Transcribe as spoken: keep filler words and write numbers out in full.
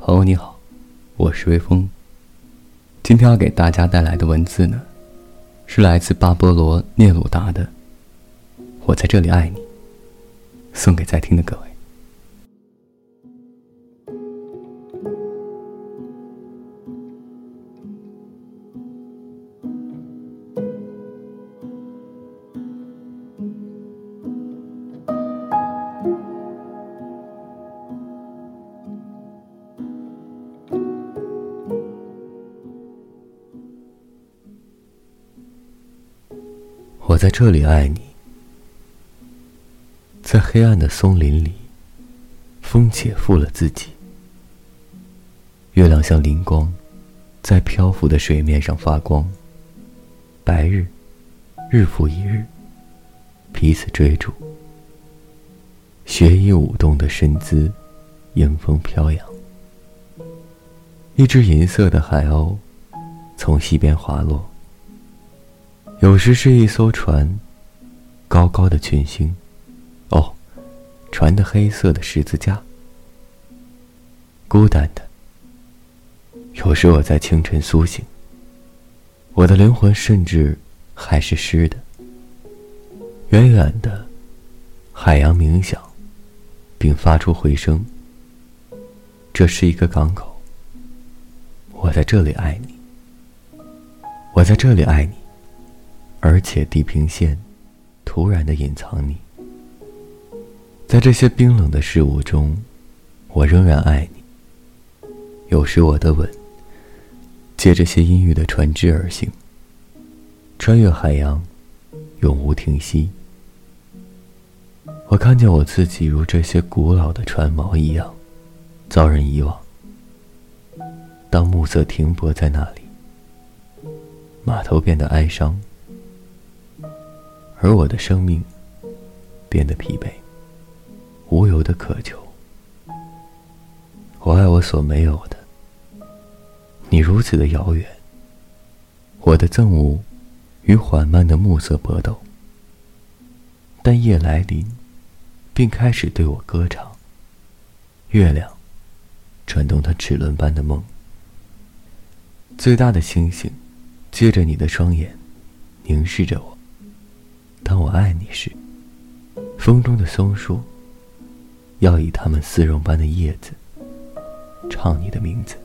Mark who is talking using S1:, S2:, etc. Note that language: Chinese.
S1: 朋友你好，我是微风。今天要给大家带来的文字呢，是来自巴勃罗·聂鲁达的《我在这里爱你》，送给在听的各位。我在这里爱你。在黑暗的松林里，风且负了自己。月亮像磷光，在漂浮的水面上发光。白日，日复一日，彼此追逐。学衣舞动的身姿，迎风飘扬。一只银色的海鸥，从西边滑落。有时是一艘船，高高的群星，哦，船的黑色的十字架。孤单的，有时我在清晨苏醒，我的灵魂甚至还是湿的。远远的，海洋冥想，并发出回声。这是一个港口，我在这里爱你，我在这里爱你。而且地平线突然地隐藏你，在这些冰冷的事物中，我仍然爱你。有时我的吻借这些阴郁的船只而行，穿越海洋，永无停息。我看见我自己如这些古老的船锚一样，遭人遗忘。当暮色停泊在那里，码头变得哀伤，而我的生命变得疲惫，无由的渴求。我爱我所没有的，你如此的遥远。我的憎恶与缓慢的暮色搏斗，但夜来临，并开始对我歌唱。月亮转动它齿轮般的梦，最大的星星借着你的双眼凝视着我。当我爱你时，风中的松树要以它们丝绒般的叶子唱你的名字。